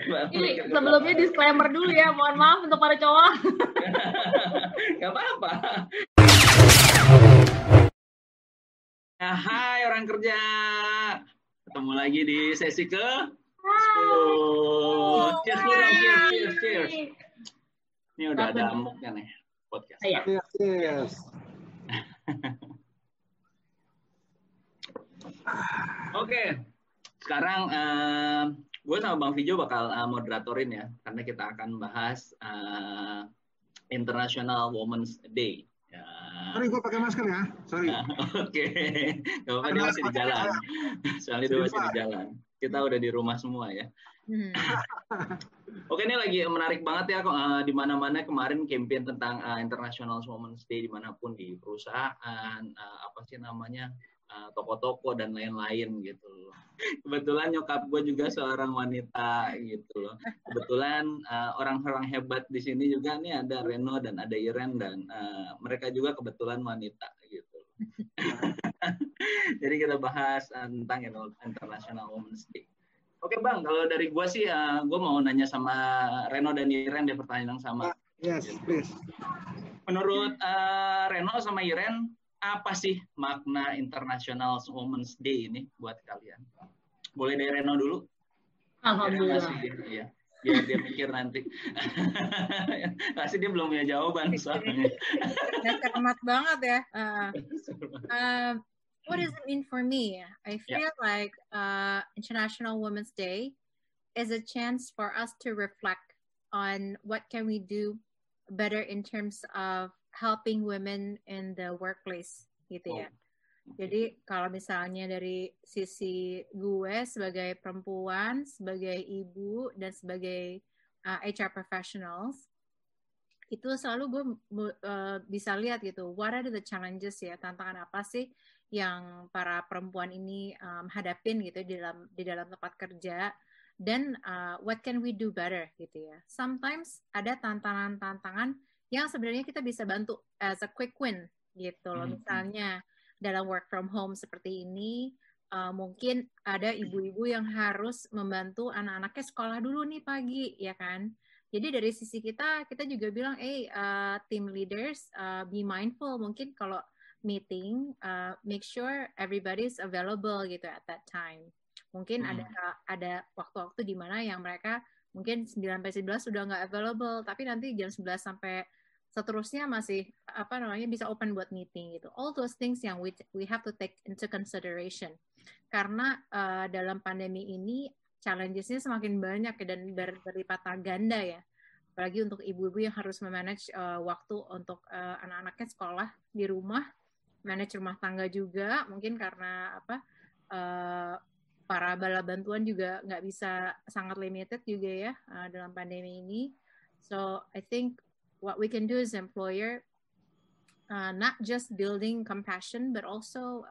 Ini sebelumnya disclaimer dulu ya, mohon maaf untuk para cowok. Gak apa-apa. Nah, hai orang kerja. Ketemu lagi di sesi ke 10. Cheers. Ini udah ada muknya nih podcast. Yes. Oke. Sekarang gue sama Bang Vijo bakal moderatorin ya, karena kita akan bahas International Women's Day. Ya. Sorry, gue pakai masker ya. Sorry. Oke. Gak apa-apa, dia masih di jalan. Soalnya dia masih di jalan. Kita udah di rumah semua ya. Oke, ini lagi menarik banget ya. Di mana-mana kemarin campaign tentang International Women's Day dimanapun, di perusahaan, toko-toko dan lain-lain gitu loh. Kebetulan nyokap gue juga seorang wanita gitu loh. Kebetulan orang-orang hebat di sini juga nih ada Reno dan ada Iren, dan mereka juga kebetulan wanita gitu. Jadi kita bahas tentang International Women's Day. Oke Bang, kalau dari gue sih gue mau nanya sama Reno dan Iren deh pertanyaan yang sama. Yes, please. Menurut Reno sama Iren, apa sih makna International Women's Day ini buat kalian? Boleh dari Reno dulu? Alhamdulillah. Iya, biar dia mikir nanti. Pasti dia belum punya jawaban soalnya. Cermat banget ya. What does it mean for me? I feel like International Women's Day is a chance for us to reflect on what can we do better in terms of helping women in the workplace gitu ya. Jadi kalau misalnya dari sisi gue sebagai perempuan, sebagai ibu dan sebagai HR professionals, itu selalu gue bisa lihat gitu, what are the challenges ya, tantangan apa sih yang para perempuan ini hadapin gitu di dalam tempat kerja, dan what can we do better gitu ya. Sometimes ada tantangan-tantangan yang sebenarnya kita bisa bantu as a quick win gitu loh. Misalnya dalam work from home seperti ini, mungkin ada ibu-ibu yang harus membantu anak-anaknya sekolah dulu nih pagi, ya kan? Jadi dari sisi kita juga bilang, team leaders, be mindful. Mungkin kalau meeting, make sure everybody is available gitu at that time. Mungkin ada waktu-waktu di mana yang mereka mungkin 9 sampai 11 sudah nggak available, tapi nanti jam 11 sampai seterusnya masih bisa open buat meeting gitu. All those things yang we have to take into consideration. Karena dalam pandemi ini challenges-nya semakin banyak dan berlipat ganda ya. Apalagi untuk ibu-ibu yang harus memanage waktu untuk anak-anaknya sekolah di rumah, manage rumah tangga juga, mungkin karena para bala bantuan juga nggak bisa, sangat limited juga ya dalam pandemi ini. So I think what we can do as employer, not just building compassion, but also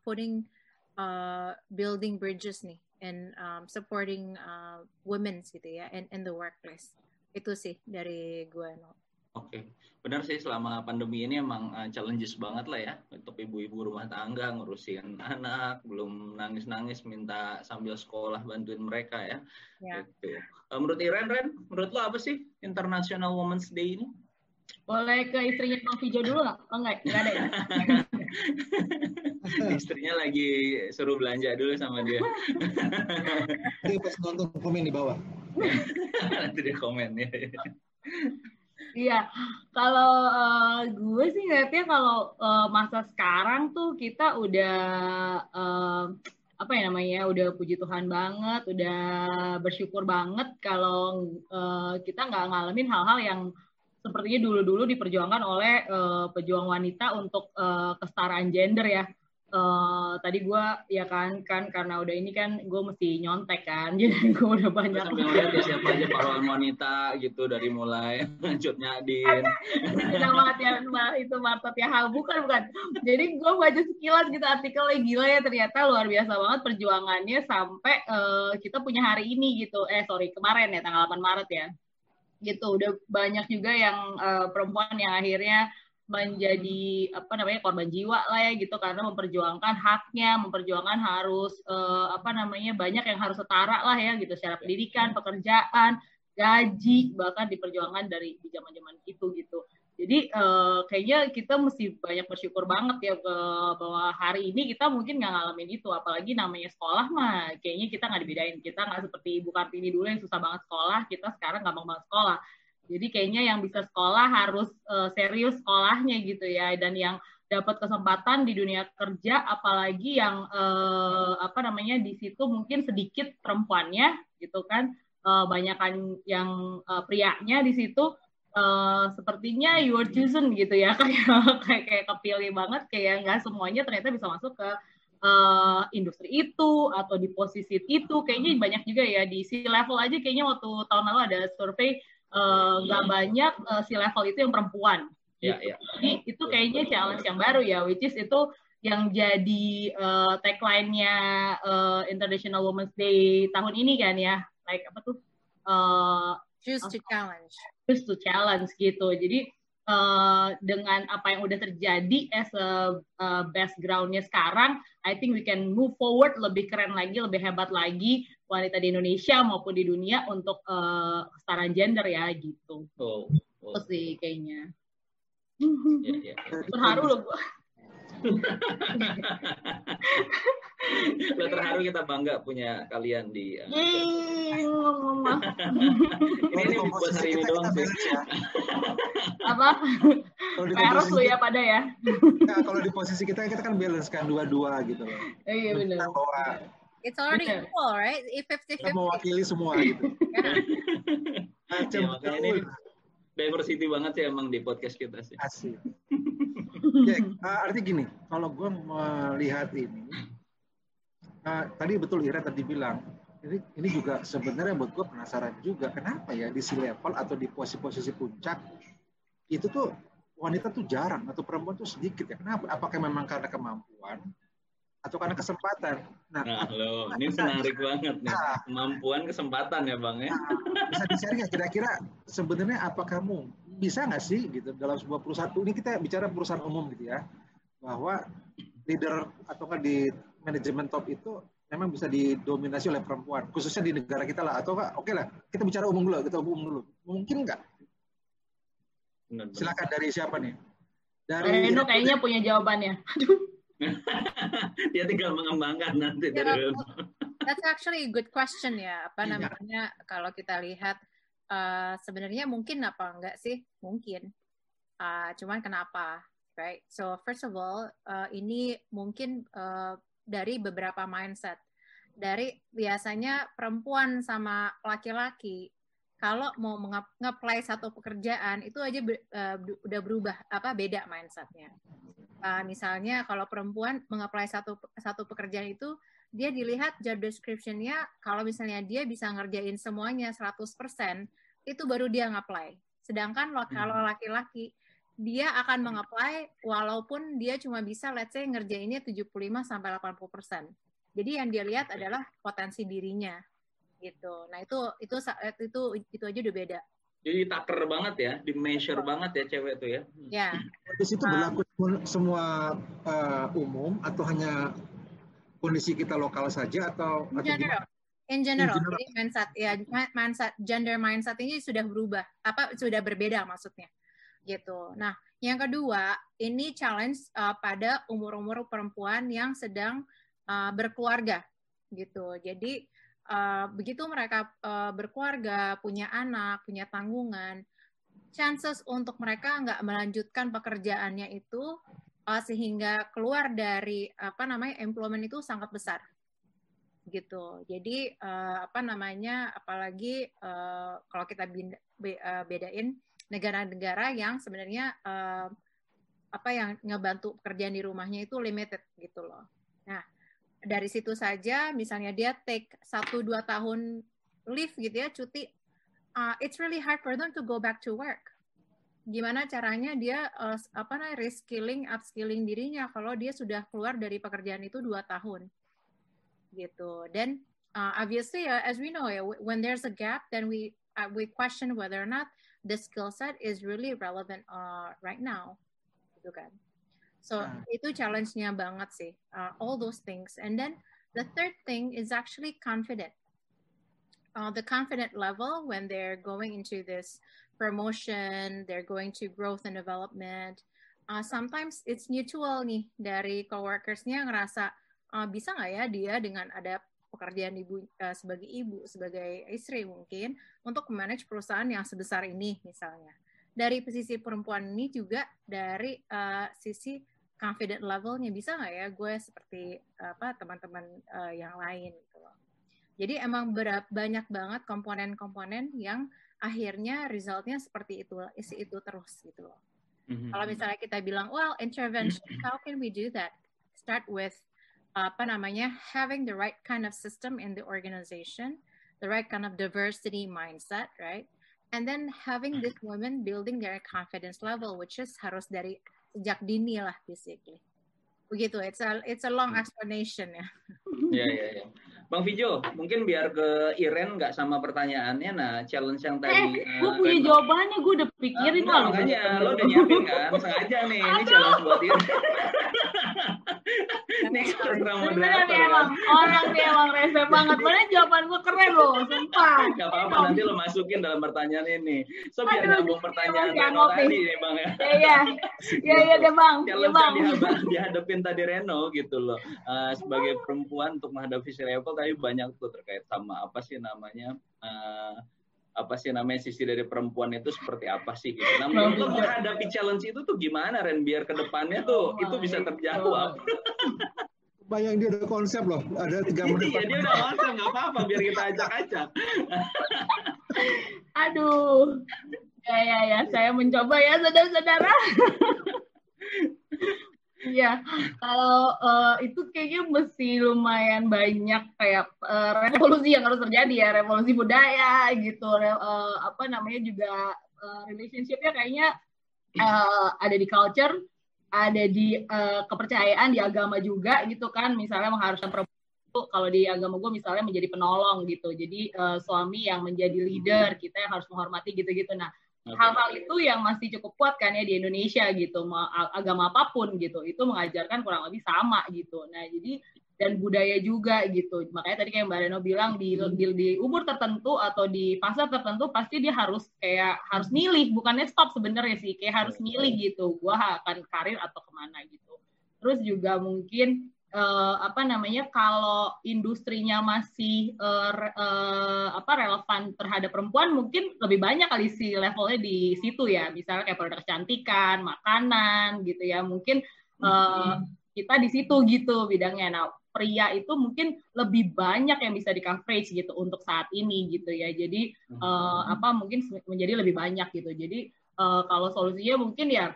building bridges nih, and supporting women gitu ya, in the workplace. Itu sih dari gue. Oke, benar sih, selama pandemi ini emang challenges banget lah ya untuk ibu-ibu rumah tangga ngurusin anak, belum nangis-nangis minta sambil sekolah bantuin mereka ya. Gitu. Menurut Iren, menurut lo apa sih International Women's Day ini? Boleh ke istrinya Bang Vijo dulu nggak? Oh nggak ada ya? Istrinya lagi suruh belanja dulu sama dia. Dia pas nonton komen di bawah. Nanti dia komen ya. Iya, kalau gue sih ngeliatnya kalau masa sekarang tuh kita udah udah puji Tuhan banget, udah bersyukur banget kalau kita nggak ngalamin hal-hal yang sepertinya dulu-dulu diperjuangkan oleh pejuang wanita untuk kesetaraan gender ya. Tadi gue ya kan karena udah ini kan gue mesti nyontek kan, jadi gue udah banyak sambil ngeliat ya siapa aja pahlawan wanita gitu dari mulai Cut Nyadin nama ya itu Marta Tiahal bukan jadi gue baca sekilas gitu artikelnya, gila ya ternyata luar biasa banget perjuangannya sampai kita punya hari ini gitu, kemarin ya tanggal 8 Maret ya gitu, udah banyak juga yang perempuan yang akhirnya menjadi korban jiwa lah ya gitu, karena memperjuangkan haknya, memperjuangkan harus banyak yang harus setara lah ya gitu, secara pendidikan, pekerjaan, gaji, bahkan diperjuangkan dari di zaman-zaman itu gitu. Jadi kayaknya kita mesti banyak bersyukur banget ya bahwa hari ini kita mungkin nggak ngalamin itu, apalagi namanya sekolah mah kayaknya kita nggak dibedain, kita nggak seperti Ibu Kartini dulu yang susah banget sekolah, kita sekarang gampang banget sekolah. Jadi kayaknya yang bisa sekolah harus serius sekolahnya gitu ya, dan yang dapat kesempatan di dunia kerja, apalagi yang di situ mungkin sedikit perempuannya gitu kan, banyakan yang prianya di situ. Sepertinya you are chosen gitu ya, kayak kepilih banget, kayak nggak semuanya ternyata bisa masuk ke industri itu atau di posisi itu. Kayaknya banyak juga ya di C-level aja, kayaknya waktu tahun lalu ada survei nggak banyak C-level itu yang perempuan. Gitu. Jadi itu kayaknya challenge yang baru ya, which is itu yang jadi tagline-nya International Women's Day tahun ini kan ya, like apa tuh? Choose to challenge. Choose to challenge gitu. Jadi dengan apa yang udah terjadi as a background-nya sekarang, I think we can move forward lebih keren lagi, lebih hebat lagi wanita di Indonesia maupun di dunia untuk kesetaraan gender ya gitu. Itu sih kayaknya. Terharu loh gue. Lo terharu, kita bangga punya kalian di ini buat hari ini doang sih. Apa? Peres lo ya pada ya. Nah, kalau di posisi kita kan balance kan dua-dua gitu loh. Iya benar. It's already equal, right? If 50-50. Kita mewakili semua gitu. Makanya ini diversity banget sih emang di podcast kita sih. Asik. Artinya gini, kalau gue melihat ini, tadi betul Ira tadi bilang, ini juga sebenarnya buat gue penasaran juga, kenapa ya di C-level atau di posisi-posisi puncak itu tuh wanita tuh jarang atau perempuan tuh sedikit ya? Kenapa? Apakah memang karena kemampuan atau karena kesempatan? Nah ini menarik banget nih, kemampuan kesempatan ya Bang ya. Bisa dicari nggak kira-kira sebenarnya apa kamu bisa nggak sih gitu dalam sebuah perusahaan, ini kita bicara perusahaan umum gitu ya, bahwa leader atau nggak di manajemen top itu memang bisa didominasi oleh perempuan, khususnya di negara kita lah, atau nggak? Oke lah, kita bicara umum dulu, mungkin nggak? Silakan, dari siapa nih? Dari Reno kayaknya punya jawabannya. Dia tinggal mengembangkan nanti. That's actually a good question ya. Apa namanya, kalau kita lihat sebenarnya mungkin apa enggak sih? Mungkin. Cuman kenapa? Right? So first of all, ini mungkin dari beberapa mindset. Dari biasanya perempuan sama laki-laki kalau mau nge-apply satu pekerjaan itu aja udah berubah, beda mindsetnya. Misalnya kalau perempuan meng-apply satu pekerjaan itu, dia dilihat job description-nya, kalau misalnya dia bisa ngerjain semuanya 100%, itu baru dia nge-apply. Sedangkan kalau laki-laki, dia akan meng-apply walaupun dia cuma bisa, let's say, ngerjainnya 75-80%. Jadi yang dia lihat adalah potensi dirinya. Gitu. Nah itu aja udah beda. Jadi taker banget ya, di measure banget ya cewek tuh ya. Ya. Di situ berlaku semua umum atau hanya kondisi kita lokal saja atau in general. Jadi mindset gender mindset ini sudah berubah, sudah berbeda maksudnya. Gitu. Nah, yang kedua, ini challenge pada umur-umur perempuan yang sedang berkeluarga gitu. Jadi begitu mereka berkeluarga, punya anak, punya tanggungan, chances untuk mereka nggak melanjutkan pekerjaannya itu sehingga keluar dari employment itu sangat besar gitu. Jadi apalagi kalau kita bedain negara-negara yang sebenarnya yang ngebantu pekerjaan di rumahnya itu limited gitu loh. Nah, dari situ saja misalnya dia take 1-2 tahun leave gitu ya, cuti, it's really hard for them to go back to work. Gimana caranya dia reskilling, upskilling dirinya kalau dia sudah keluar dari pekerjaan itu 2 tahun gitu. Dan obviously as we know when there's a gap, then we question whether or not the skill set is really relevant right now gitu kan. So itu challenge-nya banget sih, all those things. And then the third thing is actually confident. The confident level when they're going into this promotion, they're going to growth and development. Sometimes it's mutual nih dari coworkers-nya ngerasa bisa nggak ya dia dengan ada pekerjaan ibu sebagai ibu, sebagai istri mungkin untuk manage perusahaan yang sebesar ini misalnya. Dari sisi perempuan ini juga dari sisi confident levelnya bisa nggak ya gue seperti teman-teman yang lain gitu loh. Jadi emang banyak banget komponen-komponen yang akhirnya resultnya seperti itu terus gitu loh. Kalau misalnya kita bilang, well, intervention, how can we do that? Start with having the right kind of system in the organization, the right kind of diversity mindset, right? And then having this women building their confidence level, which is harus dari sejak dini lah, basically. Begitu, it's a long explanation ya. Iya. Bang Vijo, mungkin biar ke Iren nggak sama pertanyaannya, nah challenge yang tadi. Gue punya jawabannya, gue udah pikirin loh. Makanya lo udah nyiapin kan, sengaja nih, ini challenge buat Iren. Next program moderator kan. Orang nih emang rese banget, padahal jawaban gue keren loh, sumpah. Gak apa-apa, nanti lo masukin dalam pertanyaan ini. So biar nyambung pertanyaan Reno tadi nih Bang ya. Iya deh Bang. Challenge yang dihadapin tadi Reno gitu loh. Sebagai perempuan untuk menghadapi C-level tadi banyak tuh terkait sama apa sih namanya sisi dari perempuan itu seperti apa sih gitu. Nah, untuk menghadapi challenge itu tuh gimana Ren biar ke depannya tuh itu bisa terjawab. Bayang dia ada konsep loh, ada 3 menit. Iya, dia udah konsep, nggak apa-apa biar kita acak-acak. Aduh. Ya, saya mencoba ya saudara-saudara. Iya, kalau itu kayaknya mesti lumayan banyak kayak revolusi yang harus terjadi ya, revolusi budaya gitu, juga relationship-nya kayaknya ada di culture, ada di kepercayaan di agama juga gitu kan, misalnya mengharuskan perempuan itu kalau di agama gue misalnya menjadi penolong gitu, jadi suami yang menjadi leader, kita yang harus menghormati gitu-gitu. Nah, hal-hal itu yang masih cukup kuat kan ya di Indonesia gitu, agama apapun gitu, itu mengajarkan kurang lebih sama gitu. Nah jadi dan budaya juga gitu, makanya tadi kayak Mbak Reno bilang di umur tertentu atau di fase tertentu pasti dia harus milih, bukannya stop sebenarnya sih, kayak harus milih gitu, gua akan karir atau kemana gitu. Terus juga mungkin kalau industrinya masih relevan terhadap perempuan, mungkin lebih banyak kali sih levelnya di situ ya, misalnya kayak produk kecantikan, makanan gitu ya, mungkin kita di situ gitu bidangnya. Nah, pria itu mungkin lebih banyak yang bisa di coverage gitu untuk saat ini gitu ya, jadi mungkin menjadi lebih banyak gitu. Jadi kalau solusinya mungkin ya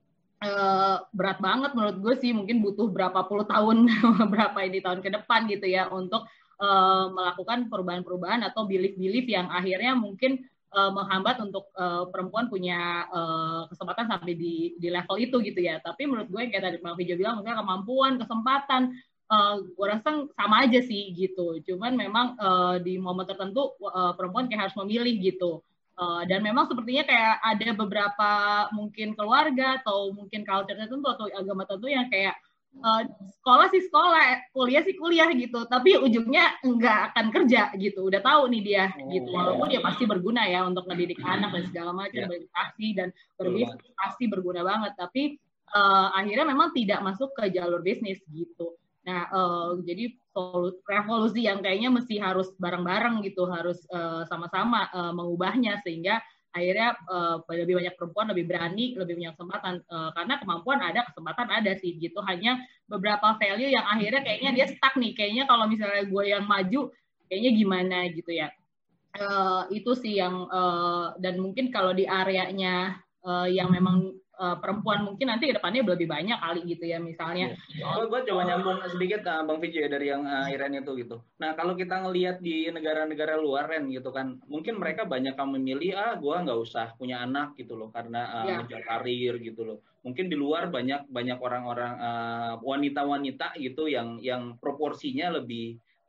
berat banget menurut gue sih, mungkin butuh berapa puluh tahun tahun ke depan gitu ya untuk melakukan perubahan-perubahan atau belief-belief yang akhirnya mungkin menghambat untuk perempuan punya kesempatan sampai di level itu gitu ya. Tapi menurut gue kayak tadi Bang Vijo bilang, misalnya kemampuan, kesempatan, gue rasa sama aja sih gitu. Cuman memang di momen tertentu perempuan kayak harus memilih gitu. Dan memang sepertinya kayak ada beberapa mungkin keluarga atau mungkin culture tertentu atau agama tertentu yang kayak sekolah sih sekolah, kuliah sih kuliah gitu, tapi ujungnya nggak akan kerja gitu, udah tahu nih dia gitu, walaupun dia pasti berguna ya untuk ngedidik anak dan segala macam, beredukasi dan berbisnis pasti berguna banget, tapi akhirnya memang tidak masuk ke jalur bisnis gitu. Nah, jadi revolusi yang kayaknya mesti harus bareng-bareng gitu, harus sama-sama mengubahnya sehingga akhirnya lebih banyak perempuan lebih berani, lebih banyak kesempatan, karena kemampuan ada, kesempatan ada sih gitu. Hanya beberapa value yang akhirnya kayaknya dia stuck nih, kayaknya kalau misalnya gue yang maju kayaknya gimana gitu ya. Itu sih yang dan mungkin kalau di areanya yang memang perempuan mungkin nanti ke depannya lebih banyak kali gitu ya misalnya. Gue coba nyambung sedikit Bang Vijo ya dari yang Iren itu gitu. Nah kalau kita ngelihat di negara-negara luar Ren gitu kan, mungkin mereka banyak yang memilih gue nggak usah punya anak gitu loh karena ngejar karir gitu loh. Mungkin di luar banyak orang-orang wanita-wanita gitu yang proporsinya lebih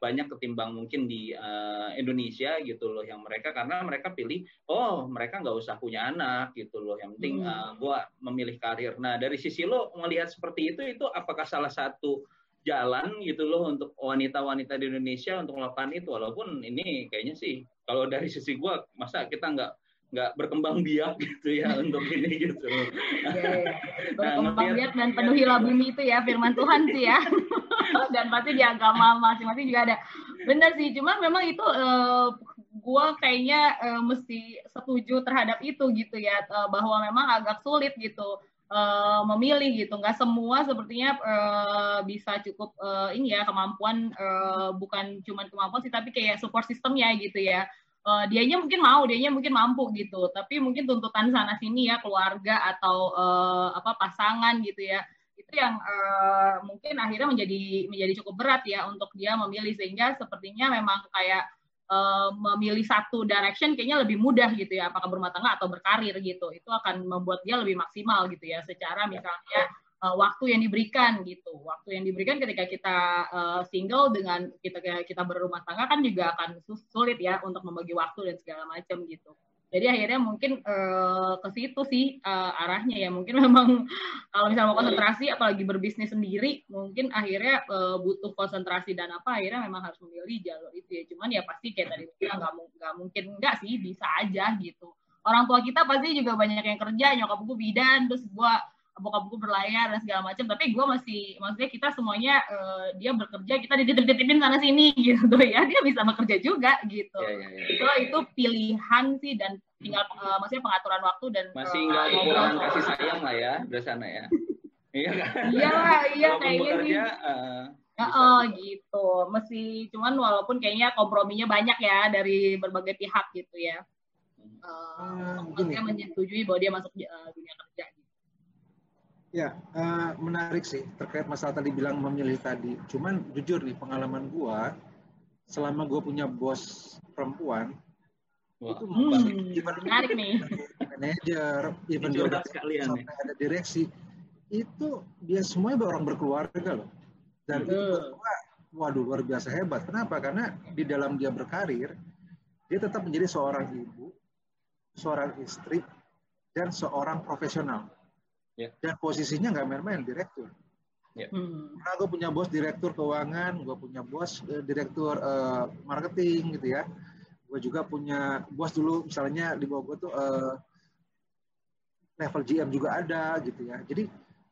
banyak ketimbang mungkin di Indonesia gitu loh, yang karena mereka pilih mereka nggak usah punya anak gitu loh, yang penting gue memilih karir. Nah dari sisi lo melihat seperti itu apakah salah satu jalan gitu loh untuk wanita-wanita di Indonesia untuk melakukan itu? Walaupun ini kayaknya sih kalau dari sisi gue, masa kita nggak berkembang biak gitu ya untuk ini gitu. Berkembang biak dan penuhilah bumi itu ya firman Tuhan sih ya. Dan pasti di agama masing-masing juga ada. Benar sih, cuma memang itu gue kayaknya mesti setuju terhadap itu gitu ya, bahwa memang agak sulit gitu memilih gitu. Nggak semua sepertinya bisa cukup ini ya kemampuan, bukan cuma kemampuan sih, tapi kayak support systemnya gitu ya. Dianya mungkin mampu gitu, tapi mungkin tuntutan sana sini ya keluarga atau pasangan gitu ya, itu yang mungkin akhirnya menjadi cukup berat ya untuk dia memilih, sehingga sepertinya memang kayak memilih satu direction kayaknya lebih mudah gitu ya, apakah berumah tangga atau berkarir gitu, itu akan membuat dia lebih maksimal gitu ya, secara misalnya waktu yang diberikan ketika kita single dengan kita berumah tangga kan juga akan sulit ya untuk membagi waktu dan segala macam gitu. Jadi akhirnya mungkin ke situ sih arahnya ya. Mungkin memang kalau misalnya mau konsentrasi, apalagi berbisnis sendiri, mungkin akhirnya butuh konsentrasi dan akhirnya memang harus memilih jalur itu ya. Cuman ya pasti kayak tadi bilang nggak mungkin enggak sih, bisa aja gitu. Orang tua kita pasti juga banyak yang kerja, nyokap gue bidan, terus bokap gue berlayar dan segala macam, tapi gue maksudnya kita semuanya dia bekerja, kita dititip-titipin sana sini gitu ya, dia bisa bekerja juga gitu. Itu pilihan sih, dan tinggal maksudnya pengaturan waktu dan masih nggak kekurangan kasih sayang lah ya di sana ya. Iya kan? Iya kayaknya sih. Gitu. Mesti cuman walaupun kayaknya komprominya banyak ya dari berbagai pihak gitu ya. Maksudnya menyetujui bahwa dia masuk dunia kerja gitu. Ya, menarik sih terkait masalah tadi bilang memilih tadi. Cuman jujur nih, pengalaman gua selama gua punya bos perempuan, itu menarik nih. Manajer, even dia udah sampai ada direksi, itu dia semuanya orang berkeluarga loh. Dan itu gua, waduh luar biasa hebat. Kenapa? Karena di dalam dia berkarir, dia tetap menjadi seorang ibu, seorang istri, dan seorang profesional. Dan posisinya nggak main-main, direktur. Karena gue punya bos direktur keuangan, gue punya bos direktur marketing gitu ya. Gue juga punya bos dulu misalnya di bawah gue tuh level GM juga ada gitu ya. Jadi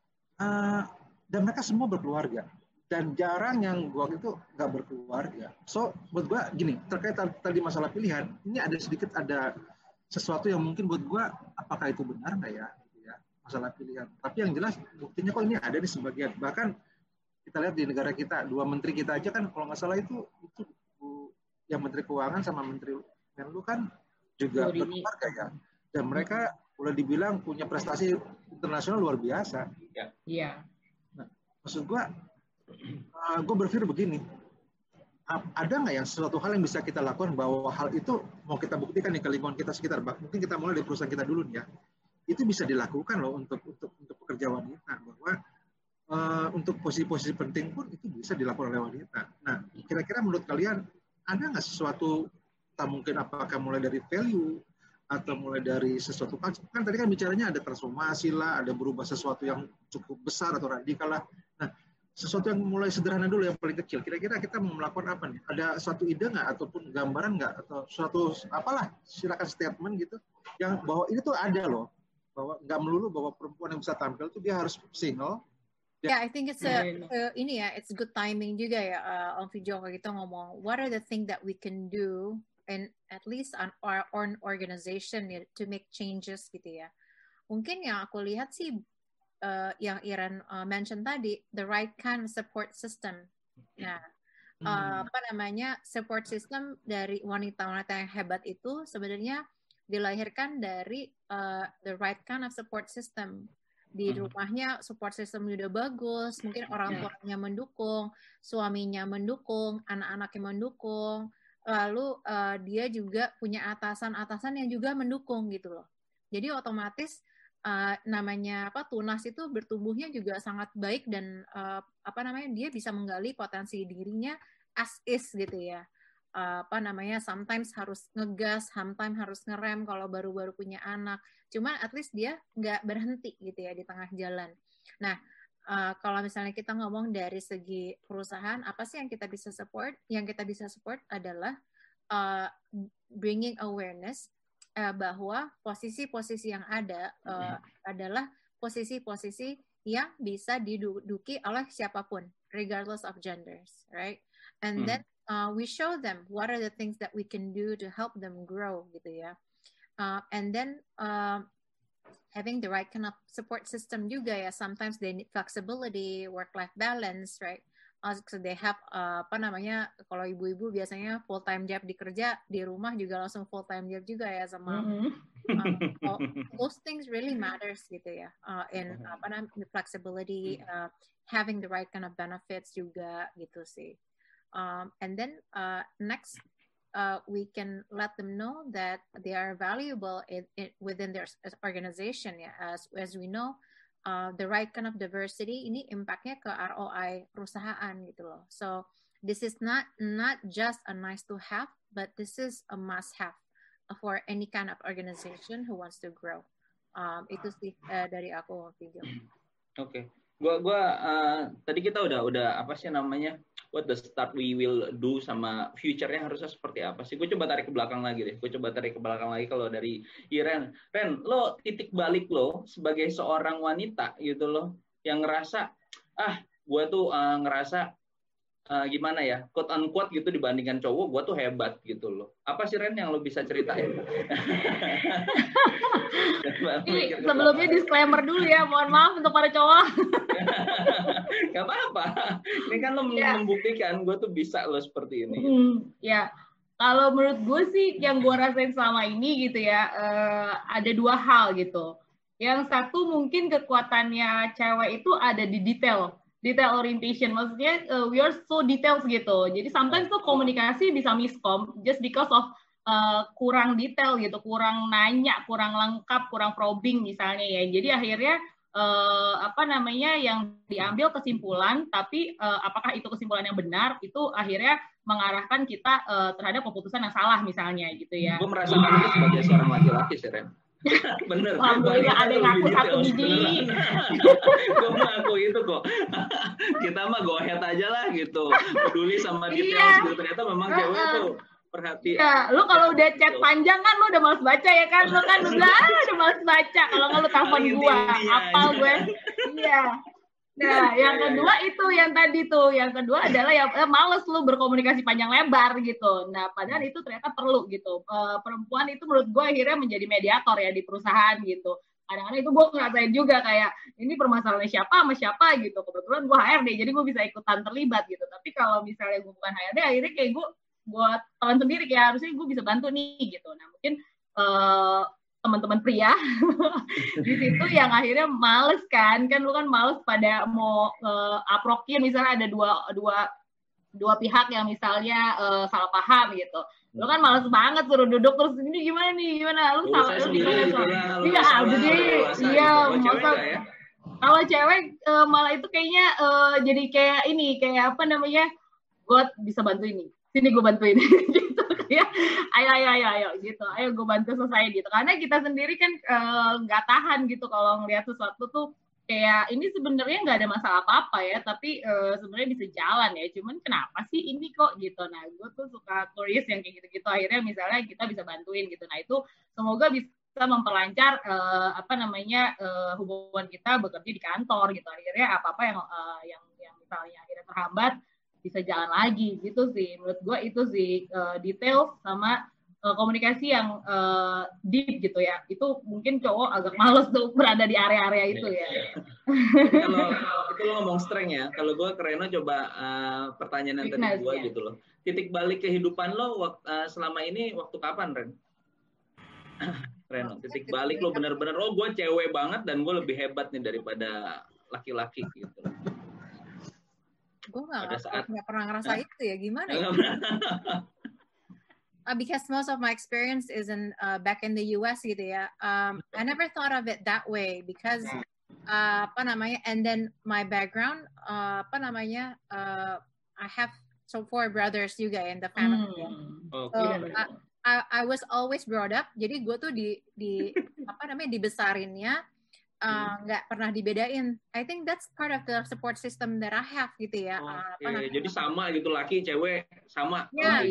dan mereka semua berkeluarga. Dan jarang yang gue itu nggak berkeluarga. So buat gue gini, terkait tadi masalah pilihan, ini ada sesuatu yang mungkin buat gue apakah itu benar nggak ya? Masalah pilihan. Tapi yang jelas buktinya kok ini ada di sebagian. Bahkan kita lihat di negara kita, 2 menteri kita aja kan kalau nggak salah itu yang menteri keuangan sama menteri Menlu kan juga berkeluarga ya. Dan mereka boleh dibilang punya prestasi internasional luar biasa. Iya. Nah, maksud gue berpikir begini, ada nggak yang sesuatu hal yang bisa kita lakukan bahwa hal itu mau kita buktikan di lingkungan kita sekitar. Mungkin kita mulai dari perusahaan kita dulu nih ya. Itu bisa dilakukan loh untuk pekerja wanita, bahwa untuk posisi-posisi penting pun itu bisa dilakukan oleh wanita. Nah, kira-kira menurut kalian ada nggak sesuatu, mungkin apakah mulai dari value atau mulai dari sesuatu kan tadi kan bicaranya ada transformasi lah, ada berubah sesuatu yang cukup besar atau radikal lah. Nah, sesuatu yang mulai sederhana dulu, yang paling kecil. Kira-kira kita mau melakukan apa nih? Ada suatu ide nggak ataupun gambaran nggak atau suatu apalah, silakan statement gitu yang bahwa ini tuh ada loh, bahwa nggak melulu bahwa perempuan yang bisa tampil itu dia harus single. Yeah, I think it's it's good timing juga ya, Om Fijo kalau kita ngomong what are the things that we can do and at least on our own organization to make changes gitu ya. Mungkin yang aku lihat sih yang Iren mention tadi, the right kind of support system. Nah, support system dari wanita-wanita yang hebat itu sebenarnya dilahirkan dari the right kind of support system. Di rumahnya support system udah bagus, mungkin orang tuanya mendukung, suaminya mendukung, anak-anaknya mendukung, lalu dia juga punya atasan-atasan yang juga mendukung gitu loh. Jadi otomatis tunas itu bertumbuhnya juga sangat baik dan dia bisa menggali potensi dirinya as is gitu ya. Sometimes harus ngegas, sometimes harus ngerem kalau baru-baru punya anak. Cuman at least dia nggak berhenti gitu ya di tengah jalan. Nah, kalau misalnya kita ngomong dari segi perusahaan, apa sih yang kita bisa support? Yang kita bisa support adalah bringing awareness bahwa posisi-posisi yang ada adalah posisi-posisi yang bisa diduduki oleh siapapun, regardless of genders, right? And then we show them what are the things that we can do to help them grow, gitu ya. And then having the right kind of support system juga ya. Sometimes they need flexibility, work-life balance, right? So they have kalau ibu-ibu biasanya full time job dikerja, di rumah juga langsung full time job juga ya sama. Those things really matters gitu ya. In flexibility, having the right kind of benefits juga gitu sih. And then next, we can let them know that they are valuable within their organization ya. As we know, the right kind of diversity ini impactnya ke ROI perusahaan gitu loh. So this is not just a nice to have, but this is a must have for any kind of organization who wants to grow. Itu sih dari aku, video. Oke. Gua tadi kita udah apa sih namanya, what the start we will do sama future-nya harusnya seperti apa sih? Gue coba tarik ke belakang lagi deh. Kalau dari Iren. Ren, lo titik balik lo sebagai seorang wanita gitu loh, yang ngerasa gue tuh ngerasa gimana ya, quote unquote gitu, dibandingkan cowok gue tuh hebat gitu loh. Apa sih Ren yang lo bisa ceritain? Ini sebelumnya disclaimer dulu ya, mohon maaf untuk para cowok. Gak apa-apa, ini kan lo membuktikan gue tuh bisa lo seperti ini. Ya, kalau menurut gue sih yang gue rasain selama ini gitu ya, ada dua hal gitu. Yang satu mungkin kekuatannya cewek itu ada di detail orientation, maksudnya we are so details gitu. Jadi sometimes tuh komunikasi bisa miskom just because of kurang detail gitu, kurang nanya, kurang lengkap, kurang probing misalnya ya. Jadi akhirnya yang diambil kesimpulan, tapi apakah itu kesimpulan yang benar, itu akhirnya mengarahkan kita terhadap keputusan yang salah misalnya gitu ya. Gue merasakan itu sebagai seorang laki-laki sih, Ren. Bener. Alhamdulillah ada yang ngaku satu biji. Gue ngaku itu kok. Kita mah go ahead aja lah gitu. Peduli sama detail gitu. Ternyata memang cewek tuh perhatian. Ya, lu kalau udah chat panjang kan lu udah malas baca ya kan? Lu kan udah malas baca. Kalau nggak lu telepon gua, apal gue. Iya. Nah, yang kedua itu yang tadi tuh. Yang kedua adalah yang males lu berkomunikasi panjang lebar gitu. Nah, padahal itu ternyata perlu gitu. Perempuan itu menurut gue akhirnya menjadi mediator ya di perusahaan gitu. Kadang-kadang itu gue ngerasain juga kayak ini permasalahannya siapa sama siapa gitu. Kebetulan gue HRD, jadi gue bisa ikutan terlibat gitu. Tapi kalau misalnya gue bukan HRD, akhirnya kayak gue telan sendiri kayak harusnya gue bisa bantu nih gitu. Nah, mungkin teman-teman pria di situ yang akhirnya males kan lu kan males pada mau aprokin, misalnya ada dua pihak yang misalnya salah paham gitu, lu kan males banget suruh duduk terus ini gimana lu salah lu gimana masa kalau cewek malah itu kayaknya jadi kayak ini kayak apa namanya, gue bisa bantu ini, sini gue bantuin gitu ya, ayo gitu, ayo gue bantu selesai gitu, karena kita sendiri kan nggak tahan gitu kalau ngelihat sesuatu tuh kayak ini sebenarnya nggak ada masalah apa-apa ya, tapi sebenarnya bisa jalan ya, cuman kenapa sih ini kok gitu. Nah, gue tuh suka curious yang kayak gitu-gitu, akhirnya misalnya kita bisa bantuin gitu. Nah, itu semoga bisa memperlancar hubungan kita bekerja di kantor gitu, akhirnya apa-apa yang misalnya akhirnya terhambat bisa jalan lagi gitu sih. Menurut gue itu sih detail sama komunikasi yang deep gitu ya. Itu mungkin cowok agak males tuh berada di area-area itu ya. Kalau itu lo ngomong strength ya. Kalau gue ke Reno coba pertanyaan yang tadi gue gitu loh. Titik balik kehidupan lo selama ini waktu kapan, Ren? Reno, titik balik lo benar-benar gue cewek banget dan gue lebih hebat nih daripada laki-laki gitu. Gue nggak pernah ngerasa itu ya, gimana ya? Because most of my experience is in back in the US gitu ya. I never thought of it that way because and then my background I have so 4 brothers juga in the family. So I was always brought up, jadi gue tuh dibesarinnya nggak pernah dibedain. I think that's part of the support system that I have gitu ya. Jadi sama gitu, laki cewek sama. Ya,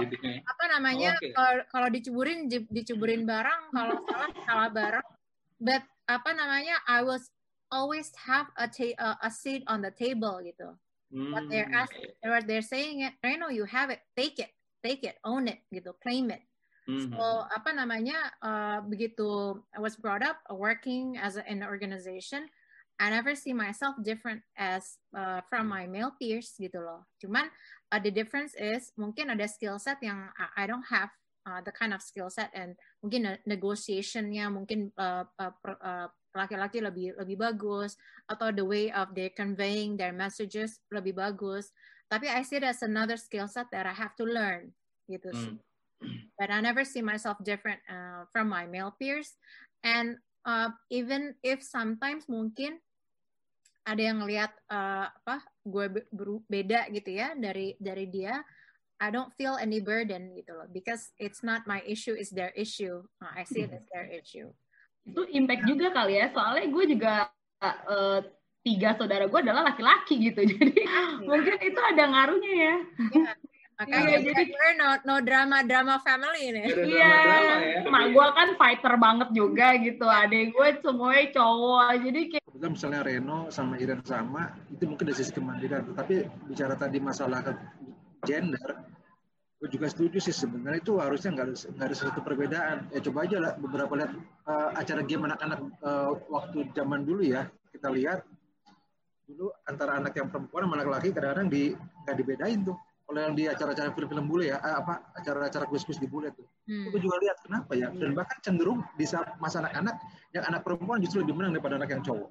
kalau dicuburin bareng, kalau salah bareng. But I was always have a seat on the table gitu. What they're saying it, Reno, you have it, take it, own it gitu, claim it. So begitu I was brought up working as in an organization, I never see myself different as from my male peers gitu loh. Cuman the difference is mungkin ada skill set yang I don't have the kind of skill set, and mungkin negotiationnya mungkin laki-laki lebih bagus, atau the way of they conveying their messages lebih bagus. Tapi I see it as another skill set that I have to learn gitu sih. But I never see myself different from my male peers, and even if sometimes mungkin ada yang ngelihat gue beda gitu ya dari dia, I don't feel any burden gitu loh, because it's not my issue, it's their issue. I see it as their issue. Itu impact juga kali ya, soalnya gue juga 3 saudara gue adalah laki-laki gitu, jadi mungkin itu ada ngaruhnya ya. Makanya jadi no drama family ini. Iya, mak gue kan fighter banget juga gitu. Adik gue semuanya cowok, jadi kayak. Misalnya Reno sama Iren sama, itu mungkin dari sisi kemandirian. Tapi bicara tadi masalah gender, gue juga setuju sih sebenarnya itu harusnya nggak ada suatu perbedaan. Ya coba aja lah beberapa lihat acara game anak-anak waktu zaman dulu ya, kita lihat dulu antara anak yang perempuan sama laki-laki kadang-kadang nggak dibedain tuh. Kalau yang di acara-acara film-film bule ya, acara-acara kuis-kuis di bule tuh, itu juga lihat kenapa ya, dan bahkan cenderung di masa anak-anak, yang anak perempuan justru lebih menang daripada anak yang cowok.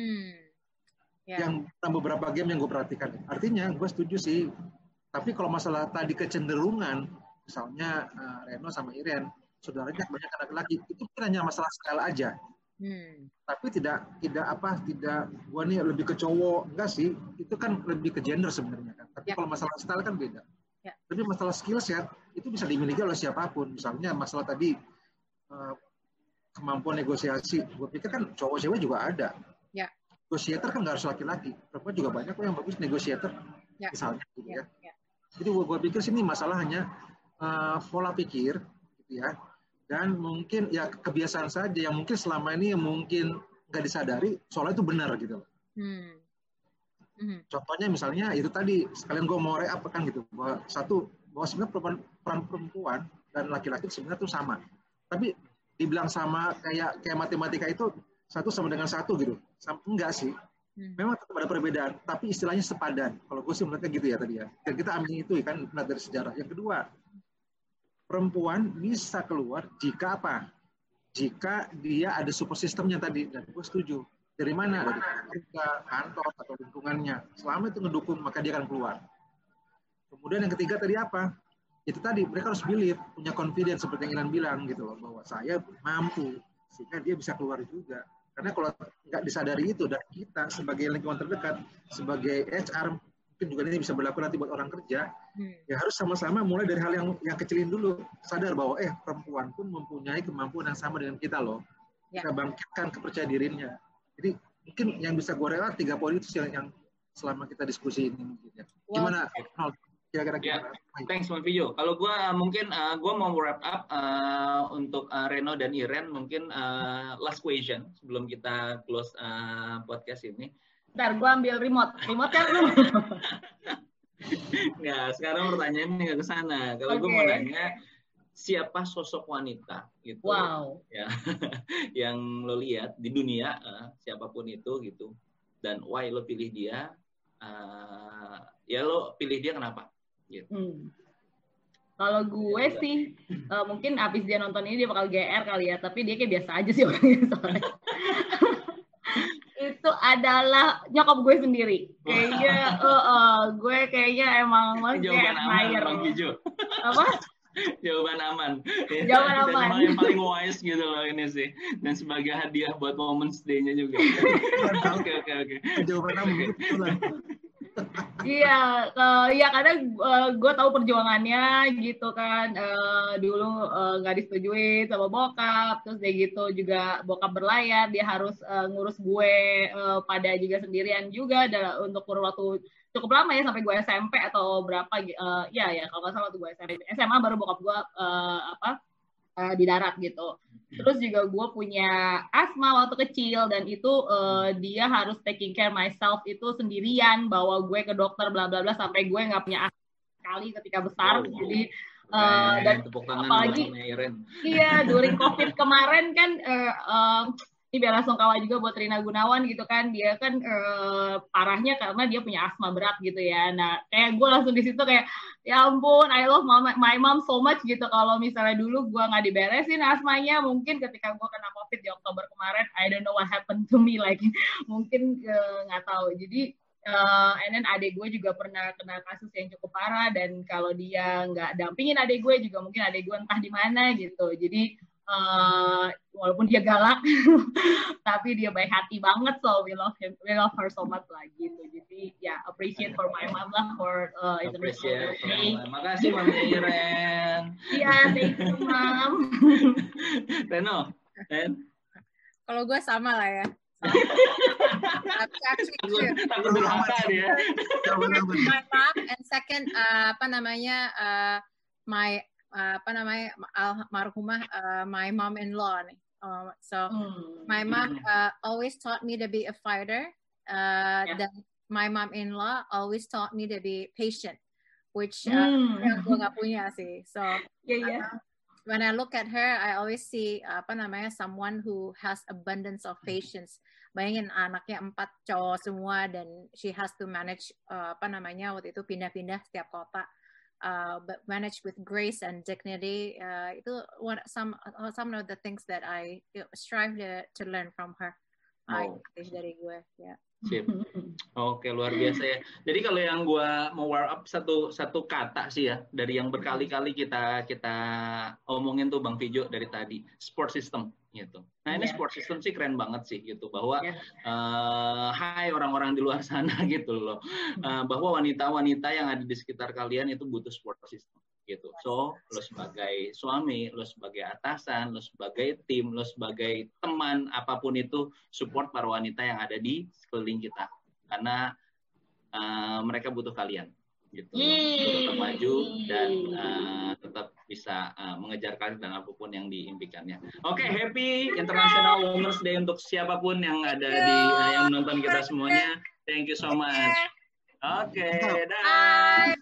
Yang beberapa game yang gue perhatikan, artinya gue setuju sih. Tapi kalau masalah tadi kecenderungan, misalnya Reno sama Iren, saudaranya banyak anak laki, itu hanya masalah skala aja. Tapi tidak gua nih lebih ke cowok, enggak sih, itu kan lebih ke gender sebenarnya kan. Tapi kalau masalah style kan beda. Tapi masalah skill set itu bisa dimiliki oleh siapapun. Misalnya masalah tadi kemampuan negosiasi, gue pikir kan cowok cewek juga ada. Negotiator kan nggak harus laki-laki, perempuan juga banyak kok yang bagus negotiator, misalnya gitu ya. Jadi gue pikir sini masalah hanya pola pikir gitu ya. Dan mungkin ya kebiasaan saja yang mungkin selama ini yang mungkin nggak disadari soalnya itu benar gitu. Contohnya misalnya itu tadi sekalian gue mau re-up kan gitu, bahwa sebenarnya peran perempuan dan laki-laki sebenarnya itu sama. Tapi dibilang sama kayak matematika itu 1 sama dengan 1 gitu, enggak sih. Memang tetap ada perbedaan, tapi istilahnya sepadan. Kalau gue sih melihatnya gitu ya tadi ya. Dan kita ambil itu kan dari sejarah. Yang kedua, perempuan bisa keluar jika apa? Jika dia ada support systemnya tadi. Dan gue setuju. Dari mana? Dari keluarga, kantor, atau lingkungannya. Selama itu ngedukung, maka dia akan keluar. Kemudian yang ketiga tadi apa? Itu tadi, mereka harus believe, punya confidence seperti yang Ilan bilang gitu loh, bahwa saya mampu. Sehingga dia bisa keluar juga. Karena kalau nggak disadari itu, dan kita sebagai lingkungan terdekat, sebagai HR, mungkin juga ini bisa berlaku nanti buat orang kerja, ya harus sama-sama mulai dari hal yang kecilin dulu, sadar bahwa perempuan pun mempunyai kemampuan yang sama dengan kita loh. Kita bangkitkan kepercayaan dirinya. Jadi mungkin yang bisa gue rela 3 poin itu yang selama kita diskusi ini mungkin ya. Gimana? Kira-kira gimana? Thanks Mas Vijo. Kalau gue mungkin gue mau wrap up untuk Reno dan Iren, mungkin last question sebelum kita close podcast ini. Ntar gue ambil remote kan lu. Nggak, sekarang pertanyaannya nggak ke sana. Kalau gue mau nanya, siapa sosok wanita gitu? Wow. Ya, yang lo lihat di dunia, siapapun itu gitu. Dan why lo pilih dia? Ya lo pilih dia kenapa? Gitu. Kalau gue sih, mungkin abis dia nonton ini dia bakal GR kali ya. Tapi dia kayak biasa aja sih orangnya soalnya. Itu adalah nyokap gue sendiri. Kayaknya gue kayaknya emang jawaban aman Bang Vijo. Apa? Jawaban aman. Jawaban aman. Dan yang paling wise gitu loh ini sih. Dan sebagai hadiah buat Women's Day-nya juga. Oke. Jawaban aman. Iya, ya kadang gue tahu perjuangannya gitu kan. Dulu nggak disetujui sama bokap, terus dia gitu juga bokap berlayar, dia harus ngurus gue pada juga sendirian juga untuk kurun waktu cukup lama ya sampai gue SMP atau berapa ya kalau nggak salah waktu gue SMP. SMA baru bokap gue di darat gitu. Terus juga gue punya asma waktu kecil dan itu dia harus taking care myself itu sendirian, bawa gue ke dokter bla bla bla sampai gue nggak punya asma sekali ketika besar. Jadi dan apalagi iya during COVID kemarin kan ini bela sungkawa juga buat Rina Gunawan gitu kan, dia kan parahnya karena dia punya asma berat gitu ya. Nah kayak gue langsung di situ kayak ya ampun, I love my mom so much gitu. Kalau misalnya dulu gue nggak diberesin asmanya, mungkin ketika gue kena COVID di Oktober kemarin, I don't know what happened to me, like mungkin nggak tahu. Jadi and then adik gue juga pernah kena kasus yang cukup parah, dan kalau dia nggak dampingin adik gue juga mungkin adik gue entah di mana gitu. Jadi walaupun dia galak tapi dia baik hati banget, so we love her so much lah gitu. Jadi ya appreciate for my mom lah for International Day. Makasih Mami Iren. Iya, thank you Mam. Reno, kalau gue sama lah ya. Takut durhaka dia. My mom, and second my almarhumah my mom-in-law nih. So my mom always taught me to be a fighter. Then my mom-in-law always taught me to be patient, which yang gue nggak punya sih. So when I look at her, I always see someone who has abundance of patience. Bayangin anaknya 4 cowok semua dan she has to manage waktu itu pindah-pindah setiap kota. But manage with grace and dignity. Itu some of the things that I strive to learn from her. Dari gue, ya. Sip. Oke, luar biasa ya. Jadi kalau yang gue mau war up satu kata sih ya, dari yang berkali-kali kita omongin tuh Bang Fijo dari tadi, support system gitu. Nah ini support system sih keren banget sih gitu, bahwa hai orang-orang di luar sana gitu loh, bahwa wanita-wanita yang ada di sekitar kalian itu butuh support system gitu. So lo sebagai suami, lo sebagai atasan, lo sebagai tim, lo sebagai teman, apapun itu, support para wanita yang ada di sekeliling kita, karena mereka butuh kalian gitu, tetap maju dan tetap bisa mengejar karir dan apapun yang diimpikannya. Oke, happy International Women's Day untuk siapapun yang ada yang menonton kita semuanya. Thank you so much. Oke, dah.